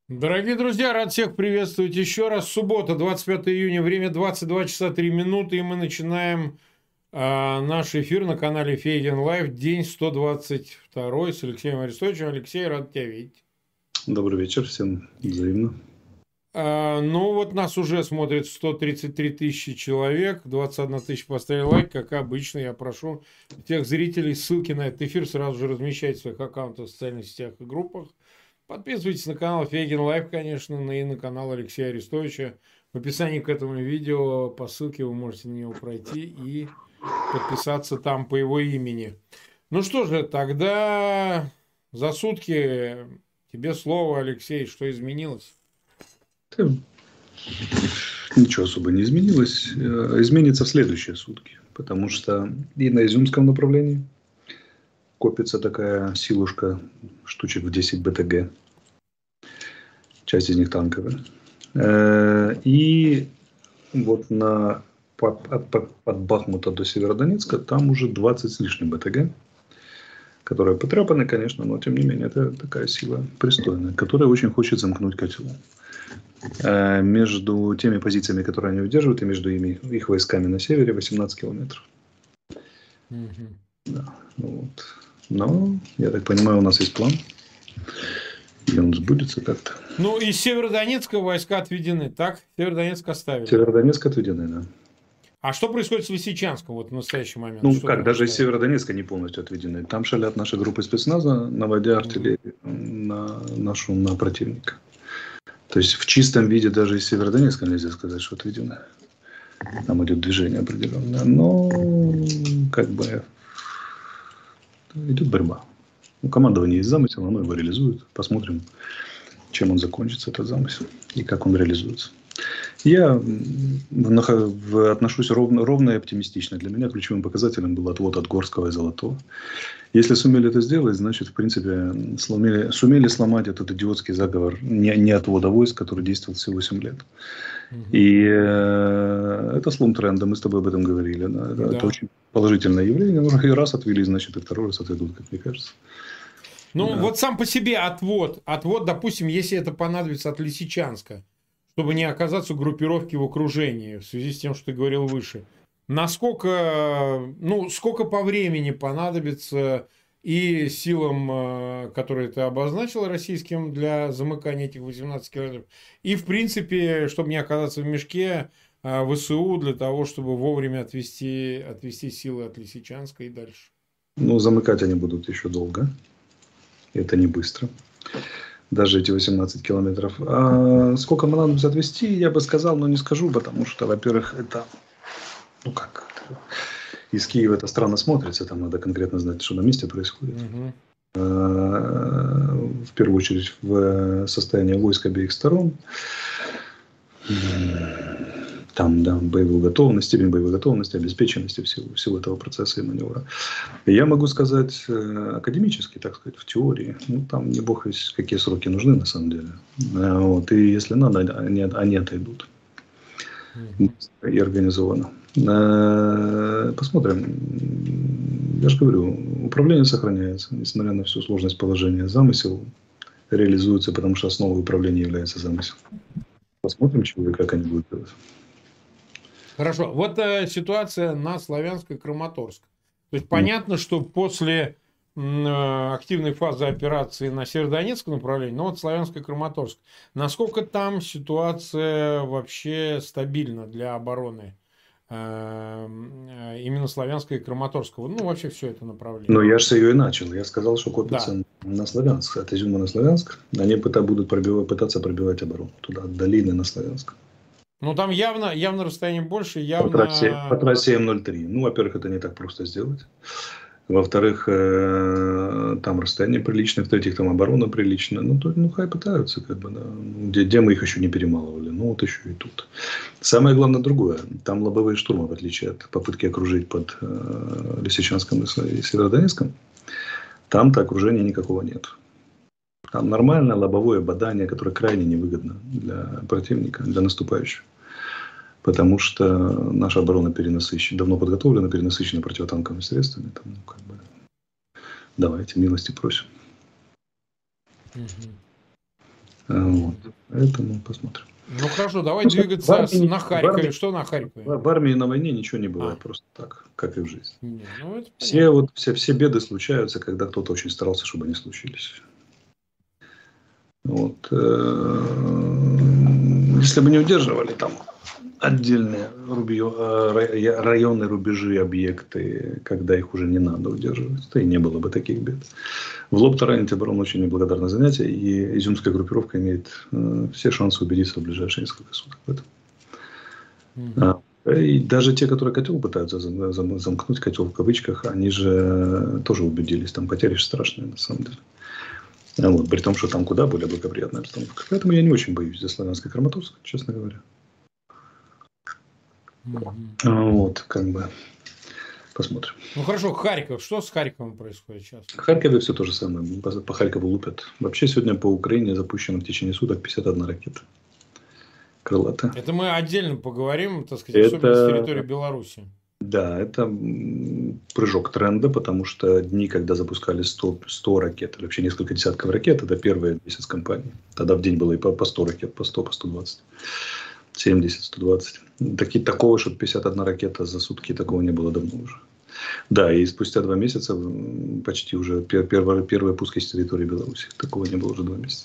Дорогие друзья, рад всех приветствовать еще раз. Суббота, 25 июня, время 22 часа 3 минуты, и мы начинаем наш эфир на канале Фейген Лайв, день 122 с Алексеем Арестовичем. Алексей, рад тебя видеть. Добрый вечер, всем взаимно. Ну вот нас уже смотрит 133 тысячи человек, 21 тысяча поставили лайк, как обычно. Я прошу тех зрителей, ссылки на этот эфир сразу же размещать в своих аккаунтах в социальных сетях и группах. Подписывайтесь на канал Фейген Лайв, конечно, и на канал Алексея Арестовича. В описании к этому видео по ссылке вы можете на него пройти и подписаться там по его имени. Ну что же, тогда за сутки тебе слово, Алексей, что изменилось? Ничего особо не изменилось. Изменится в следующие сутки, потому что и на Изюмском направлении копится такая силушка, штучек в 10 БТГ. Часть из них танковая. И вот от Бахмута до Северодонецка там уже 20 с лишним БТГ, которые потрепаны, конечно, но тем не менее это такая сила пристойная, которая очень хочет замкнуть котел. Между теми позициями, которые они удерживают, и между их войсками на севере 18 километров. Да, вот. Но, я так понимаю, у нас есть план. И он сбудется как-то. Ну, из Северодонецка войска отведены, так? Северодонецк оставили. Северодонецк отведены, да. А что происходит с Лисичанском вот в настоящий момент? Ну, что как, даже из Северодонецка не полностью отведены. Там шалят наши группы спецназа, наводя артиллерию на противника. То есть в чистом виде даже из Северодонецка нельзя сказать, что отведено. Там идет движение определенное. Но как бы идет борьба. У командования есть замысел, оно его реализует. Посмотрим, чем он закончится, этот замысел, и как он реализуется. Я отношусь ровно и оптимистично. Для меня ключевым показателем был отвод от Горского и Золотого. Если сумели это сделать, значит, в принципе, сумели сломать этот идиотский заговор не отвода войск, который действовал всего 8 лет. И это слом тренда, мы с тобой об этом говорили. Да? Это очень положительное явление. Ну, и раз отвели, значит, и второй раз отведут, как мне кажется. Ну, вот сам по себе отвод, допустим, если это понадобится от Лисичанска, чтобы не оказаться в группировке в окружении, в связи с тем, что ты говорил выше. Насколько, сколько по времени понадобится и силам, которые ты обозначил, российским, для замыкания этих 18 километров, и, в принципе, чтобы не оказаться в мешке, ВСУ для того, чтобы вовремя отвести силы от Лисичанска и дальше? Ну, замыкать они будут еще долго. Это не быстро. Даже эти 18 километров. А сколько мы надо отвести, я бы сказал, но не скажу, потому что, во-первых, это, из Киева это странно смотрится, там надо конкретно знать, что на месте происходит. В первую очередь, в состоянии войск обеих сторон. Там, да, боевую готовность, степень боевой готовности, обеспеченности всего этого процесса и маневра. Я могу сказать академически, так сказать, в теории. Ну, там не бог весть, какие сроки нужны на самом деле. Вот, и если надо, они отойдут. И организованно. Посмотрим. Я же говорю, управление сохраняется, несмотря на всю сложность положения. Замысел реализуется, потому что основой управления является замысел. Посмотрим, чего и как они будут делать. Хорошо. Вот ситуация на Славянск и Краматорск. То есть понятно, что после активной фазы операции на Северодонецком направлении, но вот Славянск и Краматорск, насколько там ситуация вообще стабильна для обороны именно Славянска и Краматорского? Ну, вообще все это направление. Ну, я же с ее и начал. Я сказал, что копится на Славянск. От Изюма на Славянск. Они будут пытаться пробивать оборону туда, от долины на Славянск. Ну, там явно расстояние больше, явно... По трассе М03. Ну, во-первых, это не так просто сделать. Во-вторых, там расстояние приличное. В-третьих, там оборона приличная. Ну, хай пытаются, как бы, да. Где мы их еще не перемалывали. Ну, вот еще и тут. Самое главное другое. Там лобовые штурмы, в отличие от попытки окружить под Лисичанском и Северодонецком. Там-то окружения никакого нет. Там нормальное лобовое бадание, которое крайне невыгодно для противника, для наступающего. Потому что наша оборона давно подготовлена, перенасыщена противотанковыми средствами. Там, давайте, милости просим. Вот. Поэтому посмотрим. Ну хорошо, давай двигаться на Харькове. Что на Харькове? В армии на войне ничего не бывает просто так, как и в жизни. Не, ну это Все беды случаются, когда кто-то очень старался, чтобы они случились. Вот. Если бы не удерживали там отдельные районы, рубежи, объекты, когда их уже не надо удерживать, то и не было бы таких бед. В лоб таранить оборону очень неблагодарное занятие, и изюмская группировка имеет все шансы убедиться в ближайшие несколько суток в этом. И даже те, которые котел пытаются замкнуть, котел в кавычках, они же тоже убедились, там потери страшные на самом деле. Вот, при том, что там куда более благоприятная обстановка. Поэтому я не очень боюсь за Славянск и Краматорск, честно говоря. Вот, как бы, посмотрим. Ну хорошо, Харьков. Что с Харьковом происходит сейчас? В Харькове все то же самое. По Харькову лупят. Вообще сегодня по Украине запущено в течение суток 51 ракета. Крылатая. Это мы отдельно поговорим, так сказать, особенно с территории Беларуси. Да, это прыжок тренда, потому что дни, когда запускали 100 ракет, или вообще несколько десятков ракет, это первый месяц кампании. Тогда в день было и по 100 ракет, по 100, по 120. 70, 120. Такого, чтобы 51 ракета за сутки, такого не было давно уже. Да, и спустя 2 месяца почти уже первые пуски с территории Беларуси. Такого не было уже 2 месяца.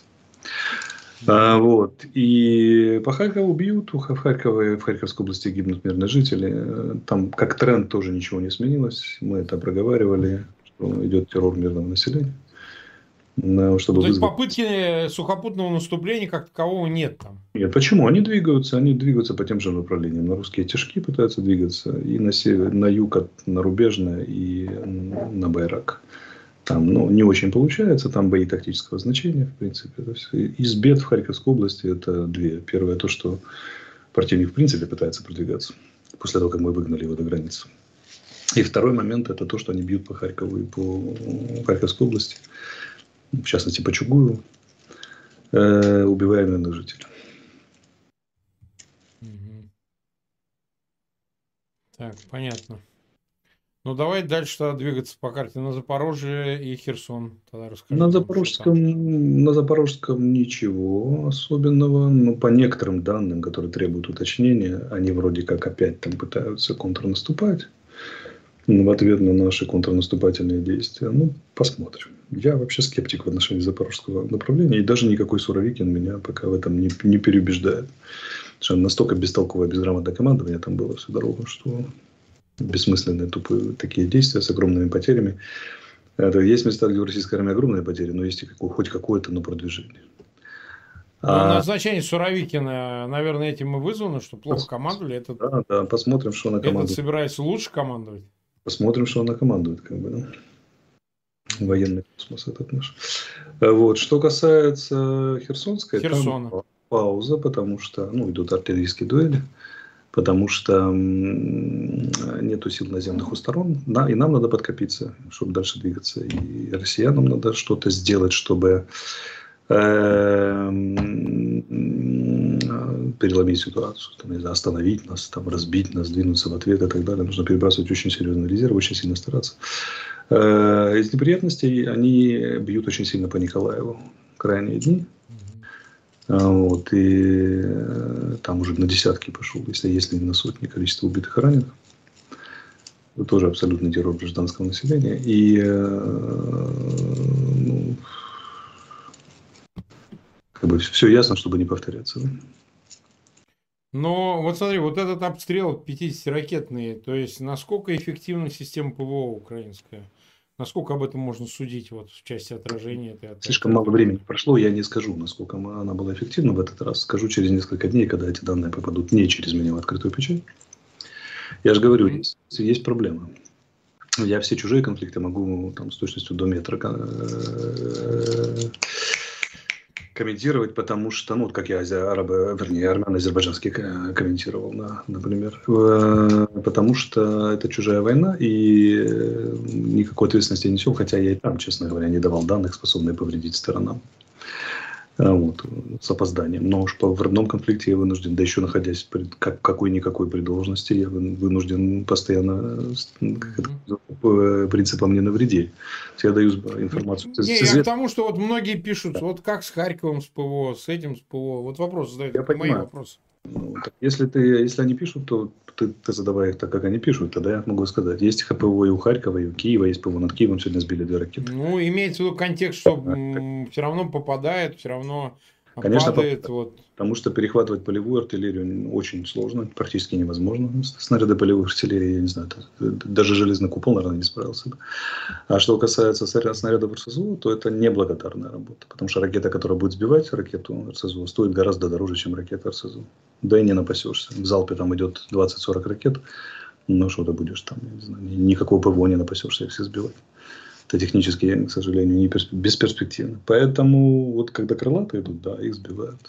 Вот. И по Харькову бьют, в Харьковской области гибнут мирные жители. Там как тренд тоже ничего не сменилось. Мы это проговаривали, что идет террор мирного населения. Чтобы то есть попытки сухопутного наступления как такового нет там? Нет, почему? Они двигаются по тем же направлениям. На русские тяжки пытаются двигаться и на север, на юг, на Рубежное и на Байрак. Там не очень получается, там бои тактического значения, в принципе. Из бед в Харьковской области это 2. Первое, то, что противник, в принципе, пытается продвигаться после того, как мы выгнали его до границы. И второй момент, это то, что они бьют по Харькову и по Харьковской области, в частности, по Чугуеву, убивая мирных жителей. Так, понятно. Ну, давай дальше тогда двигаться по карте на Запорожье и Херсон. Тогда расскажи. На Запорожском ничего особенного. Но по некоторым данным, которые требуют уточнения, они вроде как опять там пытаются контрнаступать в ответ на наши контрнаступательные действия. Ну, посмотрим. Я вообще скептик в отношении запорожского направления. И даже никакой Суровикин меня пока в этом не переубеждает. Потому что настолько бестолковое, безграмотное командование там было всю дорогу, что бессмысленные, тупые такие действия с огромными потерями. Есть места, где у российской армии огромные потери, но есть и хоть какое-то продвижение. Назначение Суровикина, наверное, этим и вызвано, что плохо командовали. Да, посмотрим, что она командует. Этот собирается лучше командовать. Посмотрим, что она командует, как бы, да. Военный космос этот наш. Вот. Что касается Херсонской, Херсона. Там пауза, потому что идут артиллерийские дуэли, потому что нету сил наземных у сторон, и нам надо подкопиться, чтобы дальше двигаться. И россиянам надо что-то сделать, чтобы переломить ситуацию, остановить нас, разбить нас, двинуться в ответ и так далее. Нужно перебрасывать очень серьезный резерв, очень сильно стараться. Из неприятностей они бьют очень сильно по Николаеву крайние дни. Вот, и там уже на десятки пошел, если не на сотни количество убитых и раненых. Это тоже абсолютный террор гражданского населения. И все ясно, чтобы не повторяться. Да? Но вот смотри, вот этот обстрел 50-ракетный, то есть насколько эффективна система ПВО украинская? Насколько об этом можно судить в части отражения этой атаки? Слишком мало времени прошло, я не скажу, насколько она была эффективна в этот раз. Скажу через несколько дней, когда эти данные попадут не через меня в открытую печать. Я же говорю, есть проблема. Я все чужие конфликты могу с точностью до метра комментировать, потому что, как я армяно-азербайджанский комментировал, например, потому что это чужая война, и никакой ответственности не несем, хотя я и там, честно говоря, не давал данных, способных повредить сторонам. С опозданием. Но уж в родном конфликте я вынужден, да еще находясь какой-никакой при должности, я вынужден постоянно принципам не навреди. Я даю информацию. Не, я к тому, что вот многие пишут, вот как с Харьковом с ПВО, с этим с ПВО. Вот вопрос задают, Я это мои понимаю. вопросы. Ну, так если они пишут, то ты задавай их так, как они пишут, тогда я могу сказать. Есть ПВО и у Харькова, и у Киева, есть ПВО над Киевом, сегодня сбили 2 ракеты. Ну, имеется в виду контекст, что все равно попадает, все равно Конечно, падает. Вот. потому что перехватывать полевую артиллерию очень сложно, практически невозможно. Снаряды полевой артиллерии, я не знаю, даже железный купол, наверное, не справился бы. А что касается снарядов РСЗО, то это неблагодарная работа, потому что ракета, которая будет сбивать ракету РСЗО, стоит гораздо дороже, чем ракета РСЗО. Да и не напасешься. В залпе там идет 20-40 ракет, ну что ты будешь там, я не знаю, никакого ПВО не напасешься, их все сбивать. Это технически, к сожалению, бесперспективно. Поэтому вот когда крылатые идут, да, их сбивают.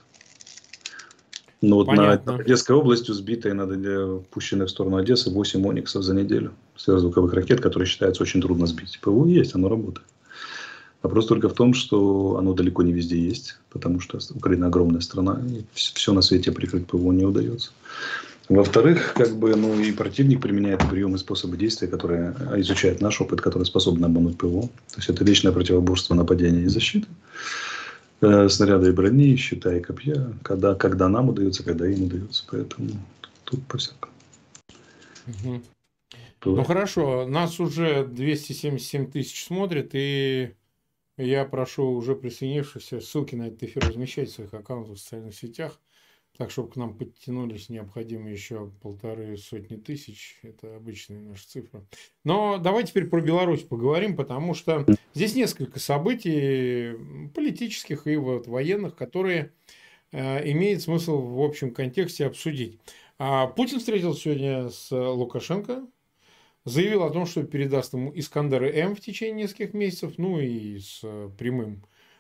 Но вот над Одесской областью сбитые, пущенные в сторону Одессы 8 «Ониксов» за неделю. Сверхзвуковых ракет, которые считаются очень трудно сбить. ПВО есть, оно работает. Вопрос только в том, что оно далеко не везде есть, потому что Украина огромная страна, и все на свете прикрыть ПВО не удается. Во-вторых, и противник применяет приемы и способы действия, которые изучает наш опыт, которые способны обмануть ПВО. То есть это вечное противоборство нападения и защиты. Снаряды и брони, щита и копья. Когда нам удается, когда им удается. Поэтому тут по-всякому. Угу. Ну хорошо, нас уже 277 тысяч смотрит, и я прошу уже присоединившихся ссылки на этот эфир размещать в своих аккаунтах в социальных сетях. Так, чтобы к нам подтянулись необходимо еще 150 тысяч. Это обычная наша цифра. Но давай теперь про Беларусь поговорим, потому что здесь несколько событий политических и военных, которые имеет смысл в общем контексте обсудить. Путин встретился сегодня с Лукашенко, заявил о том, что передаст ему Искандеры-М в течение нескольких месяцев, ну и с прямым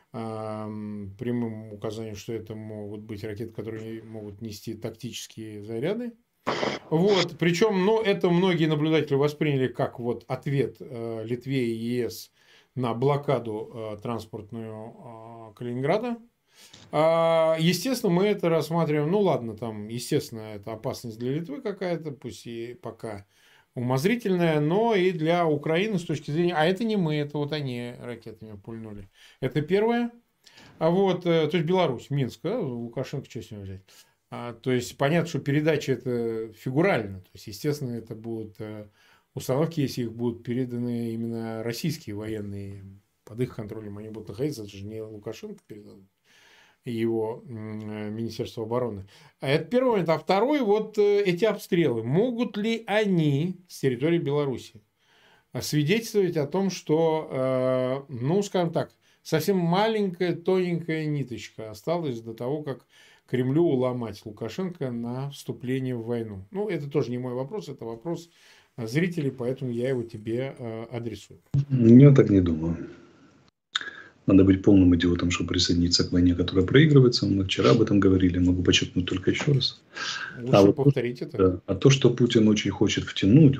указанием, что это могут быть ракеты, которые могут нести тактические заряды. Вот. Причем, это многие наблюдатели восприняли как вот ответ Литве и ЕС на блокаду транспортную Калининграда. Естественно, мы это рассматриваем, ладно, там, естественно, это опасность для Литвы какая-то, пусть и пока умозрительная, но и для Украины с точки зрения... А это не мы, это вот они ракетами пульнули. Это первое. То есть Беларусь, Минск, Лукашенко, что с него взять? То есть понятно, что передача это фигурально. То есть, естественно, это будут установки, если их будут переданы именно российские военные, под их контролем они будут находиться, это же не Лукашенко передадут, его Министерство обороны. Это первый момент. А второй, эти обстрелы. Могут ли они с территории Беларуси свидетельствовать о том, что, скажем так, совсем маленькая, тоненькая ниточка осталась до того, как Кремлю уломать Лукашенко на вступление в войну? Это тоже не мой вопрос, это вопрос зрителей, поэтому я его тебе адресую. Я так не думаю. Надо быть полным идиотом, чтобы присоединиться к войне, которая проигрывается. Мы вчера об этом говорили, могу подчеркнуть только еще раз. Лучше повторить это. То, что Путин очень хочет втянуть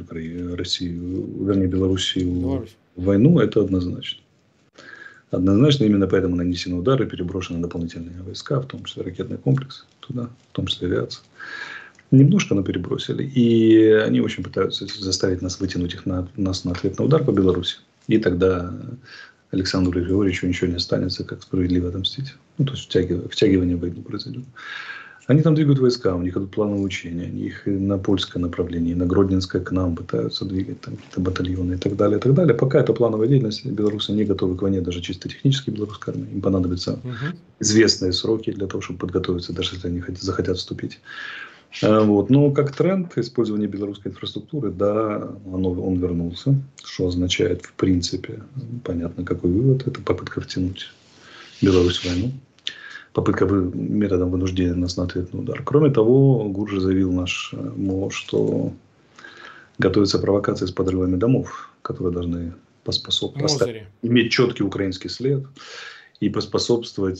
Белоруссию в войну, это однозначно. Однозначно именно поэтому нанесены удары, переброшены дополнительные войска, в том числе ракетный комплекс туда, в том числе авиация. Немножко, но перебросили. И они очень пытаются заставить нас вытянуть нас на ответный удар по Беларуси. И тогда Александру Григорьевичу ничего не останется, как справедливо отомстить. То есть втягивание в войну произойдет. Они там двигают войска, у них идут плановые учения, они их на польское направление, на Гродненское к нам пытаются двигать, там какие-то батальоны и так далее, и так далее. Пока это плановая деятельность, белорусы не готовы к войне, даже чисто технически белорусская армия. Им понадобятся известные сроки для того, чтобы подготовиться, даже если они захотят вступить. Но как тренд использования белорусской инфраструктуры, да, он вернулся, что означает, в принципе, понятно, какой вывод, это попытка втянуть Беларусь в войну, попытка методом вынуждения нас на ответный удар. Кроме того, Гуржи заявил что готовится провокация с подрывами домов, которые должны поспособствовать, иметь четкий украинский след и поспособствовать,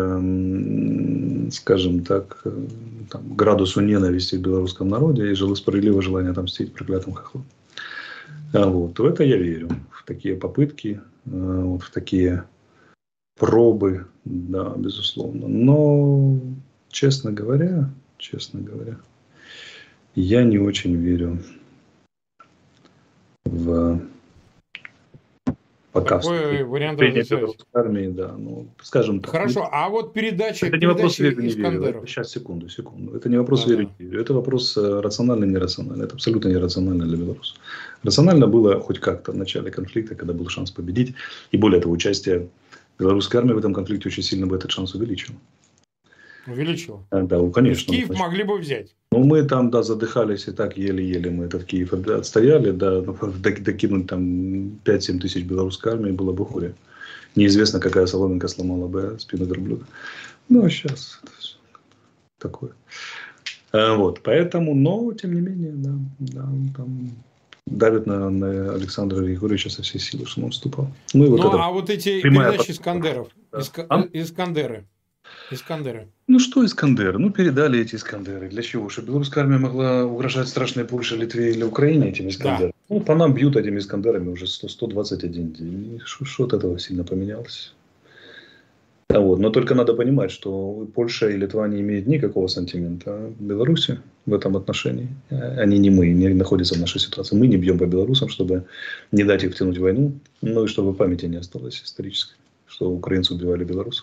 скажем так, градусу ненависти к белорусскому народе и справедливое желание отомстить проклятым хохлам. В это я верю, в такие попытки, в такие пробы, да, безусловно. Но, честно говоря, я не очень верю в Пока Такой вариант вступление разрешается. белорусской армии, да, ну, скажем так. Хорошо, а вот передача, Это не вопрос передача веры, не верю. Это Искандеров. сейчас, секунду. Это не вопрос веры, Да-да. не верю. Это вопрос рациональный, нерациональный. Это абсолютно нерационально для белорусов. Рационально было хоть как-то в начале конфликта, когда был шанс победить. И более того, участие белорусской армии в этом конфликте очень сильно бы этот шанс увеличило. Увеличил. Да, То есть конечно. Киев могли бы взять. Ну, мы там, да, задыхались и так еле-еле мы этот Киев отстояли, да, докинуть там 5-7 тысяч белорусской армии было бы хуре. Неизвестно, какая соломинка сломала бы спину верблюда. Ну, а сейчас это все такое. Вот, поэтому, но, тем не менее, да, там давит на Александра Григорьевича со всей силы, что он вступал. Ну, и вот Ну, это а вот эти прямая передачи Искандеров, да. А? Искандеры. Ну, что Искандеры? Ну, передали эти Искандеры. Для чего? Чтобы белорусская армия могла угрожать страшной Польше, Литве или Украине этими Искандерами. Да. Ну, по нам бьют этими Искандерами уже 121 день. Что от этого сильно поменялось? Вот. Но только надо понимать, что Польша и Литва не имеют никакого сантимента Беларуси в этом отношении. Они не мы, не находятся в нашей ситуации. Мы не бьем по белорусам, чтобы не дать их втянуть в войну, ну и чтобы памяти не осталось исторической, что украинцы убивали белорусов.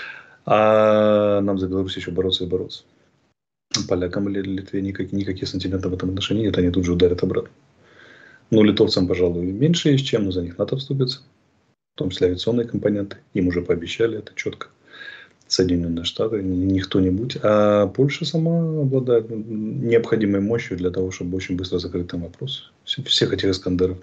А нам за Беларусь еще бороться и бороться. Полякам или Литве никаких сантиментов в этом отношении нет, они тут же ударят обратно. Ну, литовцам, пожалуй, меньше есть чем, но за них НАТО вступится. В том числе авиационные компоненты. Им уже пообещали это четко. Соединенные Штаты, не кто-нибудь. А Польша сама обладает необходимой мощью для того, чтобы очень быстро закрыть там вопрос. Всех этих Искандеров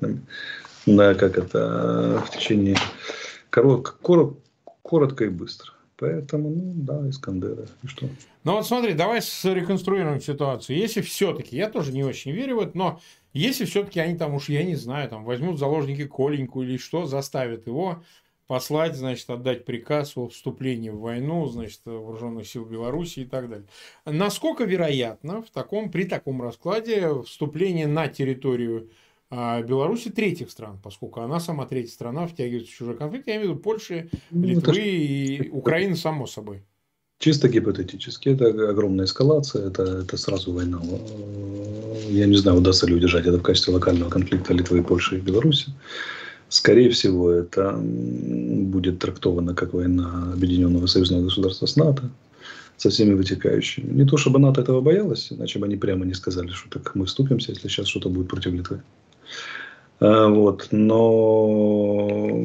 в течение коротко и быстро. Поэтому, ну да, Искандеры. И что? Ну вот смотри, давай реконструируем ситуацию. Если все-таки, я тоже не очень верю в это, но если все-таки они там уж, я не знаю, там возьмут в заложники Коленьку или что, заставят его послать, значит, отдать приказ о вступлении в войну, значит, вооруженных сил Беларуси и так далее. Насколько вероятно при таком раскладе вступление на территорию Беларуси третьих стран, поскольку она сама третья страна втягивается в чужой конфликт, я имею в виду Польши, Литвы и Украины, само собой. Чисто гипотетически. Это огромная эскалация, это сразу война. Я не знаю, удастся ли удержать это в качестве локального конфликта Литвы, Польши и Беларуси. Скорее всего, это будет трактовано как война Объединенного Союзного Государства с НАТО, со всеми вытекающими. Не то, чтобы НАТО этого боялась, иначе бы они прямо не сказали, что так мы вступимся, если сейчас что-то будет против Литвы. Вот. Но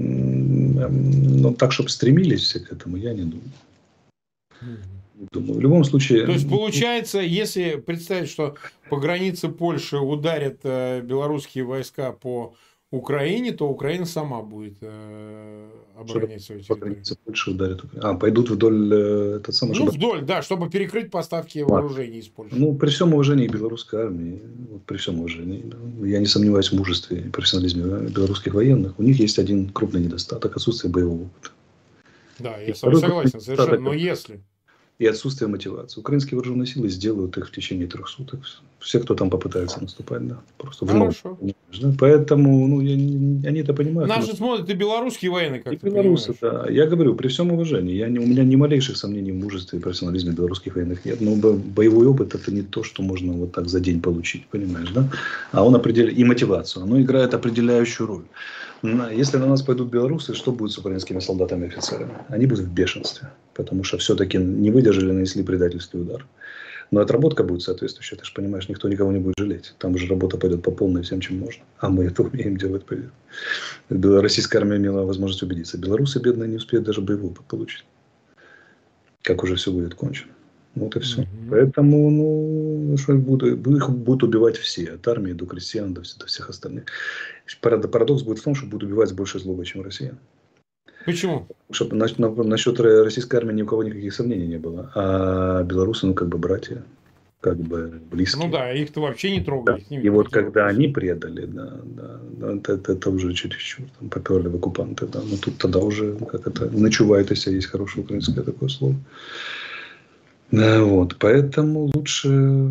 так, чтобы стремились все к этому, я не думаю. В любом случае... То есть, получается, если представить, что по границе Польши ударят белорусские войска по Украине, то Украина сама будет оборонять свою территорию. По границе Польши ударят Украину. Пойдут вдоль... вдоль, да, чтобы перекрыть поставки вооружений из Польши. Ну, при всем уважении к белорусской армии, при всем уважении, я не сомневаюсь в мужестве и профессионализме белорусских военных, у них есть один крупный недостаток – отсутствие боевого опыта. Да, я с вами согласен совершенно, но если... И отсутствие мотивации. Украинские вооруженные силы сделают их в течение 3 суток. Все, кто там попытается наступать, да. Просто Хорошо. Да? Поэтому они это понимают. Нас же смотрят и белорусские военные, как и ты белорусы, понимаешь. да. Я говорю, при всем уважении. У меня ни малейших сомнений в мужестве и профессионализме белорусских военных нет. Но боевой опыт – это не то, что можно вот так за день получить, понимаешь, да? А он определяет и мотивацию. Оно играет определяющую роль. Если на нас пойдут белорусы, что будет с украинскими солдатами и офицерами? Они будут в бешенстве, потому что все-таки не выдержали, нанесли предательский удар. Но отработка будет соответствующая, ты же понимаешь, никто никого не будет жалеть. Там же работа пойдет по полной всем, чем можно. А мы это умеем делать, поверь. Российская армия имела возможность убедиться. Белорусы, бедные, не успеют даже боевой опыт получить. Как уже все будет кончено. Вот и все. Поэтому их будут убивать все. От армии до крестьян, до всех остальных. Парадокс будет в том, что будут убивать больше злобы, чем россиян. Почему? Чтобы насчет российской армии ни у кого никаких сомнений не было. А белорусы, братья, близкие. Ну да, их-то вообще не трогали. Да. И вот когда они предали, это уже чересчур. Там поперли в оккупанты. Да. Но тут тогда уже ночувает, если есть хорошее украинское такое слово. Вот, поэтому лучше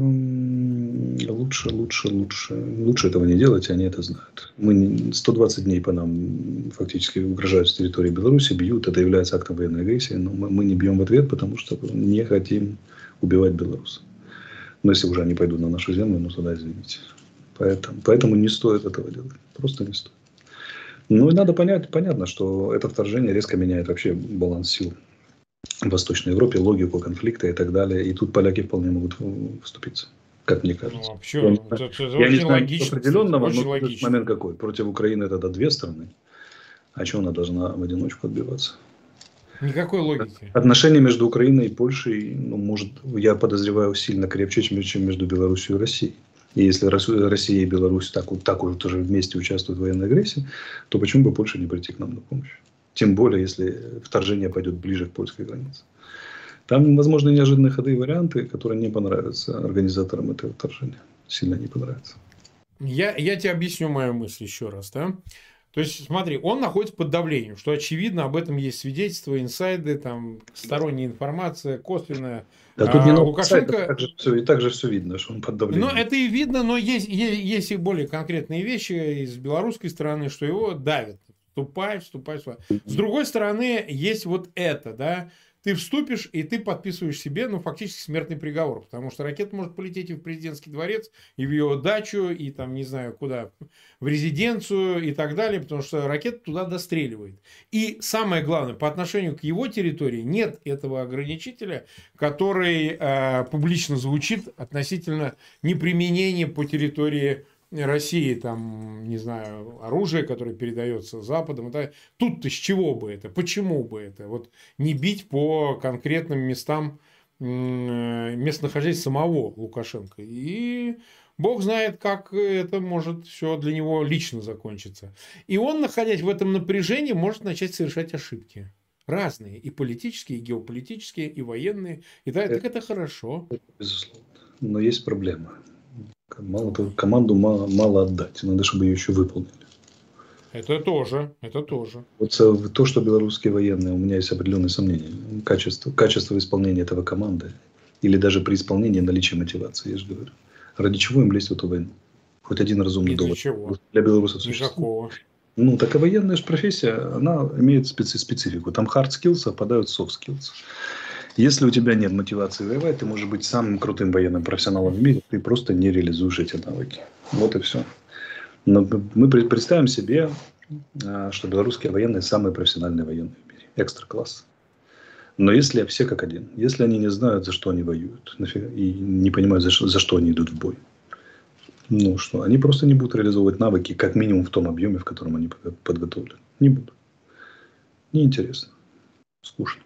этого не делать, и они это знают. 120 дней по нам фактически угрожают с территории Беларуси, бьют, это является актом военной агрессии, но мы не бьем в ответ, потому что не хотим убивать белорусов. Но если уже они пойдут на нашу землю, тогда извините. Поэтому не стоит этого делать, просто не стоит. Ну и надо понятно, что это вторжение резко меняет вообще баланс сил в Восточной Европе, логику конфликта и так далее. И тут поляки вполне могут вступиться, как мне Ну, кажется. вообще, это Я не очень знаю ничего логично, кстати, определенного, но очень тут логично. момент какой. Против Украины тогда две страны. А чего она должна в одиночку отбиваться? Никакой логики. Отношения между Украиной и Польшей, ну, может, я подозреваю, сильно крепче, чем между Беларусью и Россией. И если Россия и Беларусь так уже тоже вместе участвуют в военной агрессии, то почему бы Польша не прийти к нам на помощь? Тем более, если вторжение пойдет ближе к польской границе. Там, возможно, неожиданные ходы и варианты, которые не понравятся организаторам этого вторжения. Сильно не понравятся. Я тебе объясню мою мысль еще раз, да? То есть, смотри, он находится под давлением, что очевидно, об этом есть свидетельства, инсайды, там, сторонняя информация, косвенная. Да тут не надо сайт, Лукашенко, и так же все видно, что он под ну, давлением. это и видно, но есть и более конкретные вещи из белорусской стороны, что его давят. Вступай, вступай, вступай. С другой стороны, есть вот это, да, ты вступишь, и ты подписываешь себе, ну, фактически смертный приговор, потому что ракета может полететь и в президентский дворец, и в его дачу, и там, не знаю, куда, в резиденцию и так далее, потому что ракета туда достреливает. И самое главное, по отношению к его территории нет этого ограничителя, который публично звучит относительно неприменения по территории России, там, не знаю, оружие, которое передается Западом. Тут-то с чего бы это? Почему бы это? Вот не бить по конкретным местам местонахождения самого Лукашенко. И Бог знает, как это может все для него лично закончиться. И он, находясь в этом напряжении, может начать совершать ошибки. Разные. И политические, и геополитические, и военные. И так, так это хорошо. Безусловно. Но есть проблема. Мало того, команду мало отдать. Надо, чтобы ее еще выполнили. Это тоже, это тоже. Вот то, что белорусские военные, у меня есть определенные сомнения. Качество исполнения этого команды. Или даже при исполнении наличия мотивации, я же говорю. Ради чего им лезть в эту войну? Хоть один разумный Ни для довод чего. для белорусов существует. Никакого. Ну, так и военная же профессия, она имеет специфику. Там hard skills попадают в soft skills. Если у тебя нет мотивации воевать, ты можешь быть самым крутым военным профессионалом в мире, ты просто не реализуешь эти навыки. Вот и все. Но мы представим себе, что белорусские военные самые профессиональные военные в мире. Экстра-класс. Но если все как один, если они не знают, за что они воюют, и не понимают, за что они идут в бой, ну что, они просто не будут реализовывать навыки, как минимум в том объеме, в котором они подготовлены. Не будут. Неинтересно. Скучно.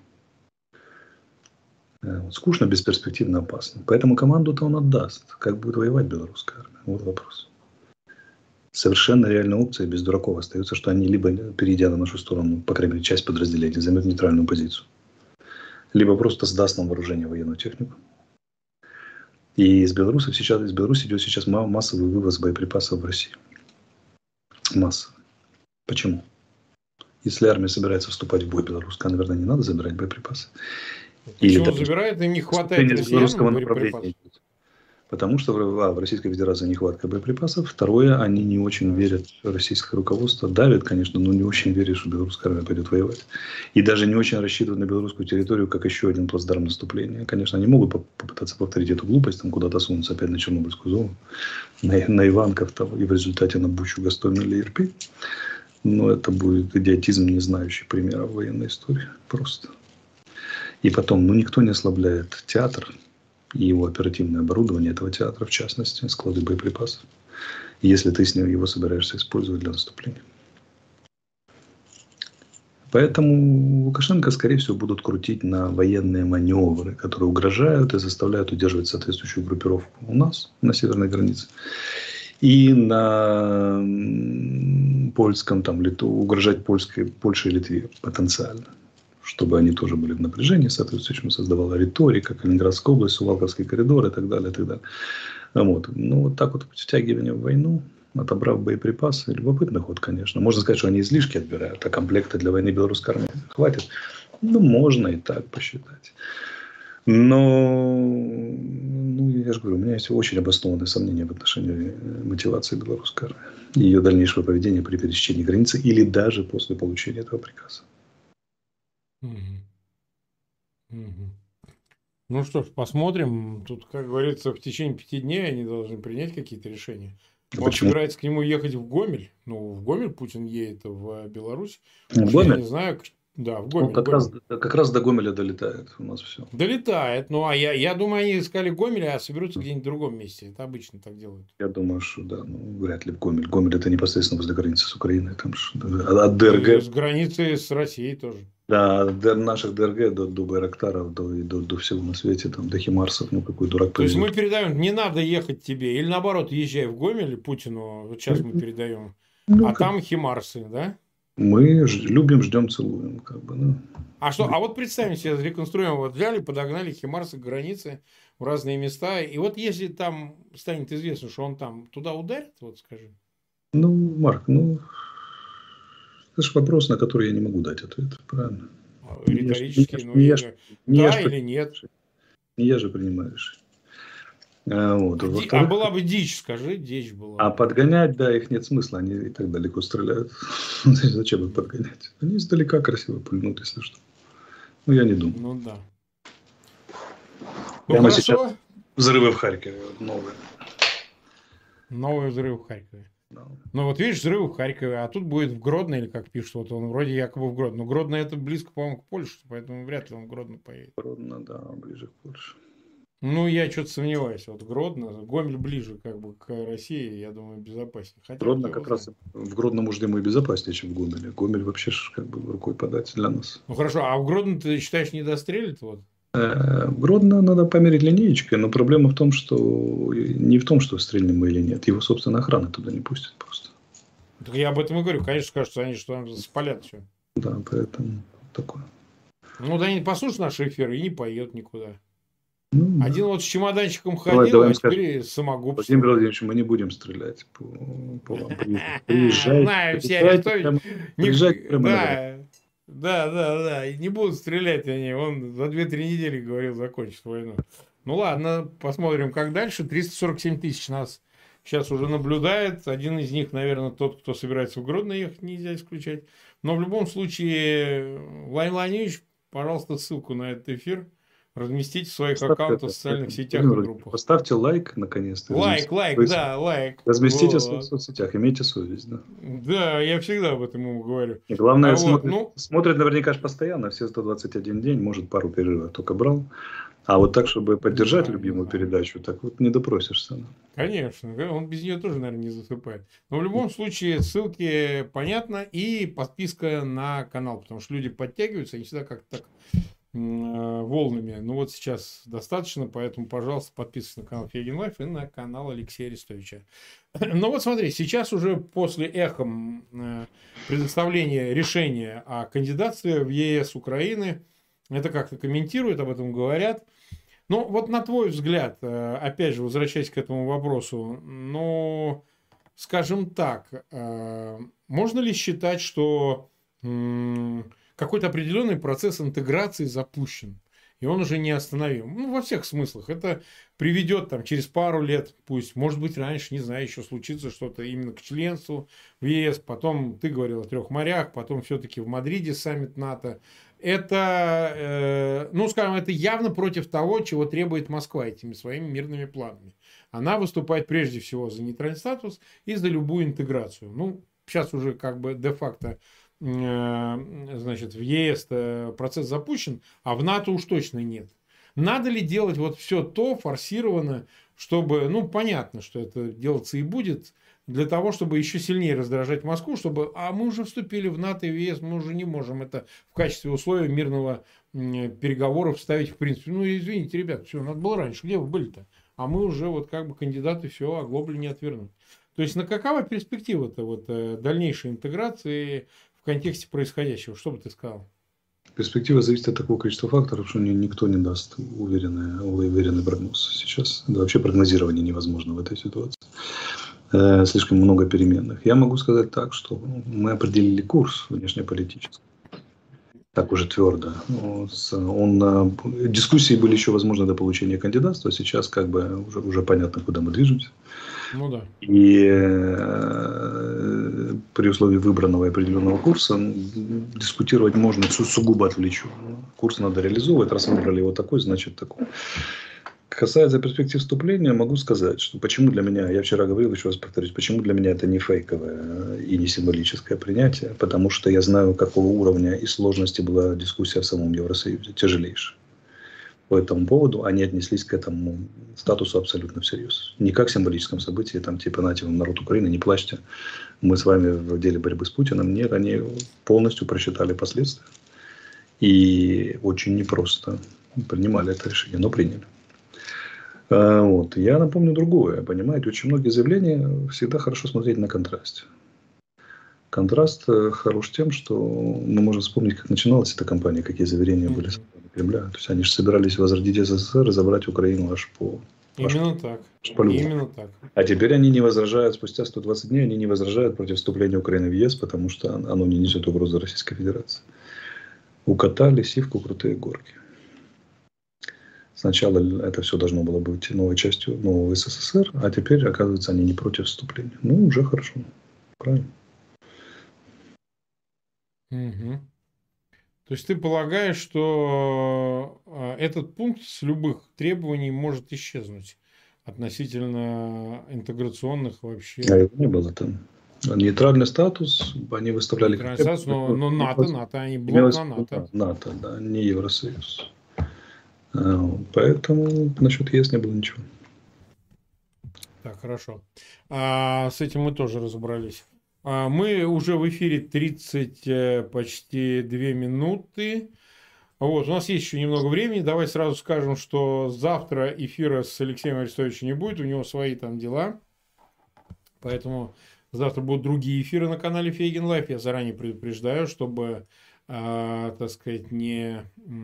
Скучно, бесперспективно, опасно. Поэтому команду-то он отдаст. Как будет воевать белорусская армия? Вот вопрос. Совершенно реальная опция без дураков остается, что они либо, перейдя на нашу сторону, по крайней мере, часть подразделений, займет нейтральную позицию, либо просто сдаст нам вооружение, военную технику. И из Беларуси идет сейчас массовый вывоз боеприпасов в Россию. Массовый. Почему? Если армия собирается вступать в бой белорусская, наверное, не надо забирать боеприпасы. Почему забирает? Им не хватает россиянам боеприпасов. Потому что в Российской Федерации нехватка боеприпасов. Второе, они не очень верят, российское руководство давит, конечно, но не очень верят, что белорусская армия пойдет воевать. И даже не очень рассчитывают на белорусскую территорию как еще один плацдарм наступления. Конечно, они могут попытаться повторить эту глупость, там куда-то сунуться опять на Чернобыльскую зону, на Иванков там, и в результате на Бучу, Гастомель или Ирпень. Но это будет идиотизм, не знающий примеров военной истории. Просто. И потом, никто не ослабляет театр и его оперативное оборудование этого театра, в частности, склады боеприпасов, если ты с ним его собираешься использовать для наступления. Поэтому Лукашенко, скорее всего, будут крутить на военные маневры, которые угрожают и заставляют удерживать соответствующую группировку у нас, на северной границе. И на польском, угрожать Польше и Литве потенциально, чтобы они тоже были в напряжении, соответствующему создавала риторика, Калининградская область, Сувалковский коридор и так далее, и так далее. Вот. Вот так вот втягивание в войну, отобрав боеприпасы, любопытный ход, конечно. Можно сказать, что они излишки отбирают, а комплекта для войны белорусской армии хватит. Можно и так посчитать. Но, я же говорю, у меня есть очень обоснованные сомнения в отношении мотивации белорусской армии и ее дальнейшего поведения при пересечении границы или даже после получения этого приказа. Ну что ж, посмотрим. Тут, как говорится, в течение 5 дней они должны принять какие-то решения. Он Почему? собирается к нему ехать в Гомель. Ну, в Гомель Путин едет в Беларусь. В Уж я Гомель? не знаю. Да, в Он Гомель, в Гомель. как раз до Гомеля долетает у нас все. Долетает. Ну, а я думаю, они искали Гомель, а соберутся где-нибудь в другом месте. Это обычно так делают. Я думаю, что да, ну, вряд ли в Гомель. Гомель это непосредственно возле границы с Украиной. Там от И ДРГ, с границы с Россией тоже. да, от наших ДРГ до Байрактаров, до всего на свете, там, до Химарсов, ну какой дурак То есть мы повезет. передаем, не надо ехать тебе. Или наоборот, езжай в Гомель Путину. Вот сейчас мы передаем. Ну, А там Химарсы, да? мы любим, ждем, целуем, как бы, ну. А что? А вот представим себе, реконструируем. Вот взяли, подогнали Химарсы к границе в разные места. И вот если там станет известно, что он там туда ударит, вот скажи. Ну, Марк, ну, это же вопрос, на который я не могу дать ответ, правильно? Риторически, ну, да или нет? Не я же принимаю решение. Вот. А была бы дичь, скажи, дичь была. А подгонять, да, их нет смысла, они и так далеко стреляют. Зачем их подгонять? Они издалека красиво пульнут, если что. Ну, я не думаю. Ну, да. Ну, Прямо хорошо. сейчас взрывы в Харькове новые. Новый взрыв в Харькове. Да. Ну, вот видишь, взрыв в Харькове, а тут будет в Гродно, или как пишут, вот он вроде якобы в Гродно. Но Гродно это близко, по-моему, к Польше, поэтому вряд ли он в Гродно поедет. Гродно, да, ближе к Польше. Ну, я что-то сомневаюсь. Вот Гродно, Гомель ближе как бы к России, я думаю, безопаснее. Хотя, Гродно как раз в Гродно, может, ему и безопаснее, чем в Гомеле. Гомель вообще как бы рукой подать для нас. Ну, хорошо, а в Гродно ты считаешь не дострелит? Вот? В Гродно надо померить линеечкой, но проблема в том, что не в том, что стрельнем мы или нет. Его, собственно, охрана туда не пустит просто. Так я об этом и говорю. Конечно, скажут, что они что там спалят все. Да, поэтому такое. Ну, да они послушают наши эфиры и не поедут никуда. Ну, один вот с чемоданчиком давай ходил, а скажем, теперь самогубство. Владимир Владимирович, мы не будем стрелять по вам. Приезжайте. Знаю, все арестовать. Приезжайте. Да. И не будут стрелять они. Он за 2-3 недели говорил, закончит войну. Ну ладно, посмотрим, как дальше. 347 тысяч нас сейчас уже наблюдает. Один из них, наверное, тот, кто собирается в Гродно ехать, нельзя исключать. Но в любом случае, Владимир Владимирович, пожалуйста, ссылку на этот эфир разместите в своих аккаунтах в социальных сетях и группах. Поставьте лайк, наконец-то. Лайк, да, лайк. Разместите в соцсетях, имейте совесть, да. Да, я всегда об этом ему говорю. И главное, смотрит наверняка постоянно, все 121 день, может, пару перерывов только брал. А вот так, чтобы поддержать любимую передачу, так вот не допросишься. Конечно, он без нее тоже, наверное, не засыпает. Но в любом случае, ссылки понятно и подписка на канал, потому что люди подтягиваются, они всегда как-то так волнами. Ну вот сейчас достаточно, поэтому, пожалуйста, подписывайтесь на канал Фейгин Лайф и на канал Алексея Арестовича. Ну вот смотри, сейчас уже после эхом предоставления решения о кандидатстве в ЕС Украины, это как-то комментируют, об этом говорят. Ну вот на твой взгляд, опять же, возвращаясь к этому вопросу, ну, скажем так, можно ли считать, что какой-то определенный процесс интеграции запущен, и он уже не остановим? Ну, во всех смыслах. Это приведет там через пару лет, пусть, может быть, раньше, не знаю, еще случится что-то именно к членству в ЕС. Потом ты говорил о 3 морях, потом все-таки в Мадриде саммит НАТО. Это, ну, скажем, это явно против того, чего требует Москва этими своими мирными планами. Она выступает прежде всего за нейтральный статус и за любую интеграцию. Ну, сейчас уже как бы де-факто, значит, в ЕС процесс запущен, а в НАТО уж точно нет. Надо ли делать вот все то форсированно, чтобы, ну, понятно, что это делаться и будет, для того, чтобы еще сильнее раздражать Москву, чтобы, а мы уже вступили в НАТО и в ЕС, мы уже не можем это в качестве условия мирного переговоров ставить в принципе. Ну, извините, ребят, все, надо было раньше, где вы были-то? А мы уже вот как бы кандидаты, все, оглобли не отвернуть. То есть, на какова перспектива-то вот дальнейшей интеграции в контексте происходящего? Что бы ты сказал? Перспектива зависит от такого количества факторов, что никто не даст уверенный прогноз сейчас. Да, вообще прогнозирование невозможно в этой ситуации. Слишком много переменных. Я могу сказать так, что мы определили курс внешнеполитический. Так уже твердо. Дискуссии были еще возможны до получения кандидатства. Сейчас как бы уже понятно, куда мы движемся. Ну да. И при условии выбранного и определенного курса дискутировать можно сугубо отвлеченно. Курс надо реализовывать. Раз выбрали его такой, значит такой. Касается перспектив вступления, могу сказать, что почему для меня, я вчера говорил, еще раз повторюсь, почему для меня это не фейковое и не символическое принятие, потому что я знаю, какого уровня и сложности была дискуссия в самом Евросоюзе, тяжелейшая. По этому поводу они отнеслись к этому статусу абсолютно всерьез. Не как символическом событии, там типа, нате вам народ Украины, не плачьте, мы с вами в деле борьбы с Путиным. Нет, они полностью просчитали последствия. И очень непросто принимали это решение, но приняли. Вот. Я напомню другое. Понимаете, очень многие заявления всегда хорошо смотреть на контрасте. Контраст хорош тем, что мы можем вспомнить, как начиналась эта кампания, какие заверения были со стороны Кремля. То есть они же собирались возродить СССР и забрать Украину аж по... Именно так. Именно так. А теперь они не возражают, спустя 120 дней, они не возражают против вступления Украины в ЕС, потому что оно не несет угрозы Российской Федерации. Укатали сивку крутые горки. Сначала это все должно было быть новой частью нового СССР, а теперь, оказывается, они не против вступления. Ну, уже хорошо. Правильно. Угу. То есть ты полагаешь, что этот пункт с любых требований может исчезнуть относительно интеграционных вообще... А его не было там. Нейтральный статус они выставляли... Нейтральный статус, но НАТО, они блок на НАТО. НАТО, да, не Евросоюз. Поэтому насчет ЕС не было ничего. Так, хорошо. С этим мы тоже разобрались. Мы уже в эфире 30 почти 2 минуты. Вот, у нас есть еще немного времени. Давай сразу скажем, что завтра эфира с Алексеем Арестовичем не будет. У него свои там дела. Поэтому завтра будут другие эфиры на канале Фейгин Лайф. Я заранее предупреждаю, чтобы, так сказать, не...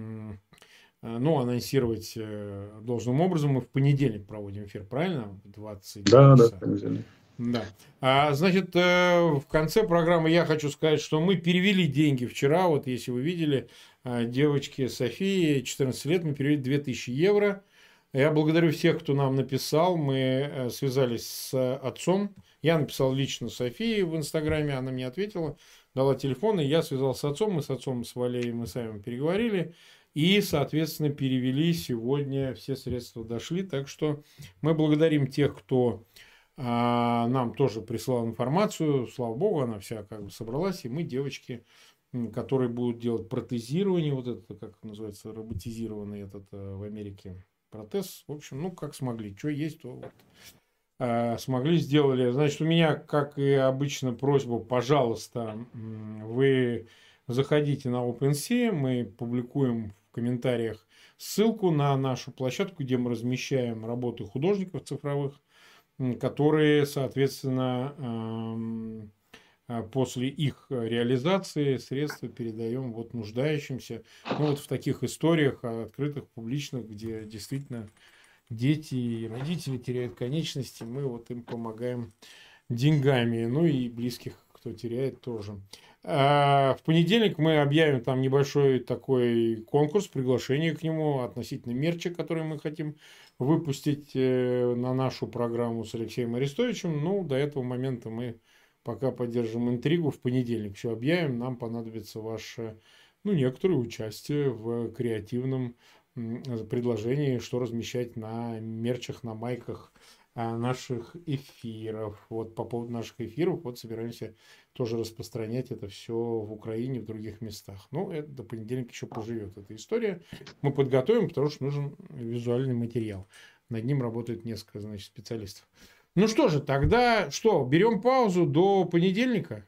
анонсировать должным образом. Мы в понедельник проводим эфир, правильно? 20 да, часа. Да. Значит, в конце программы я хочу сказать, что мы перевели деньги вчера. Вот если вы видели, девочке Софии, 14 лет, мы перевели 2000 евро. Я благодарю всех, кто нам написал. Мы связались с отцом. Я написал лично Софии в Инстаграме, она мне ответила, дала телефон, и я связался с отцом. Мы с отцом, с Валерием, мы с вами переговорили. И, соответственно, перевели сегодня, все средства дошли. Так что мы благодарим тех, кто нам тоже прислал информацию. Слава богу, она вся как бы собралась. И мы, девочки, которые будут делать протезирование, вот это, как называется, роботизированный этот в Америке протез. В общем, как смогли. Что есть, то вот. Смогли, сделали. Значит, у меня, как и обычно, просьба, пожалуйста, вы заходите на OpenSea, мы публикуем в комментариях ссылку на нашу площадку, где мы размещаем работы художников цифровых, которые, соответственно, после их реализации средства передаем вот нуждающимся. Вот в таких историях открытых, публичных, где действительно дети и родители теряют конечности, мы вот им помогаем деньгами, и близких, кто теряет, тоже. В понедельник мы объявим там небольшой такой конкурс, приглашение к нему относительно мерча, который мы хотим выпустить на нашу программу с Алексеем Арестовичем. До этого момента мы пока поддержим интригу. В понедельник все объявим. Нам понадобится ваше, некоторое участие в креативном предложении, что размещать на мерчах, на майках наших эфиров. Вот по поводу наших эфиров, собираемся тоже распространять это все в Украине, в других местах. Это до понедельника еще поживет эта история. Мы подготовим, потому что нужен визуальный материал. Над ним работает несколько, специалистов. Что же, тогда берем паузу до понедельника.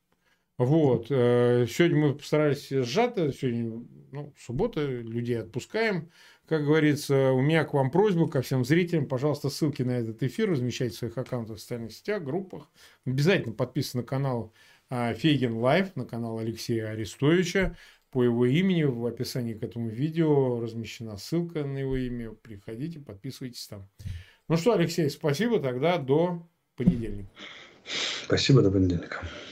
Вот. Сегодня мы постарались сжато. Сегодня, суббота, людей отпускаем. Как говорится, у меня к вам просьба, ко всем зрителям, пожалуйста, ссылки на этот эфир размещайте в своих аккаунтах в социальных сетях, группах. Обязательно подписывайтесь на канал Фейгин Лайф, на канал Алексея Арестовича. По его имени в описании к этому видео размещена ссылка на его имя. Приходите, подписывайтесь там. Алексей, спасибо. Тогда до понедельника. Спасибо, до понедельника.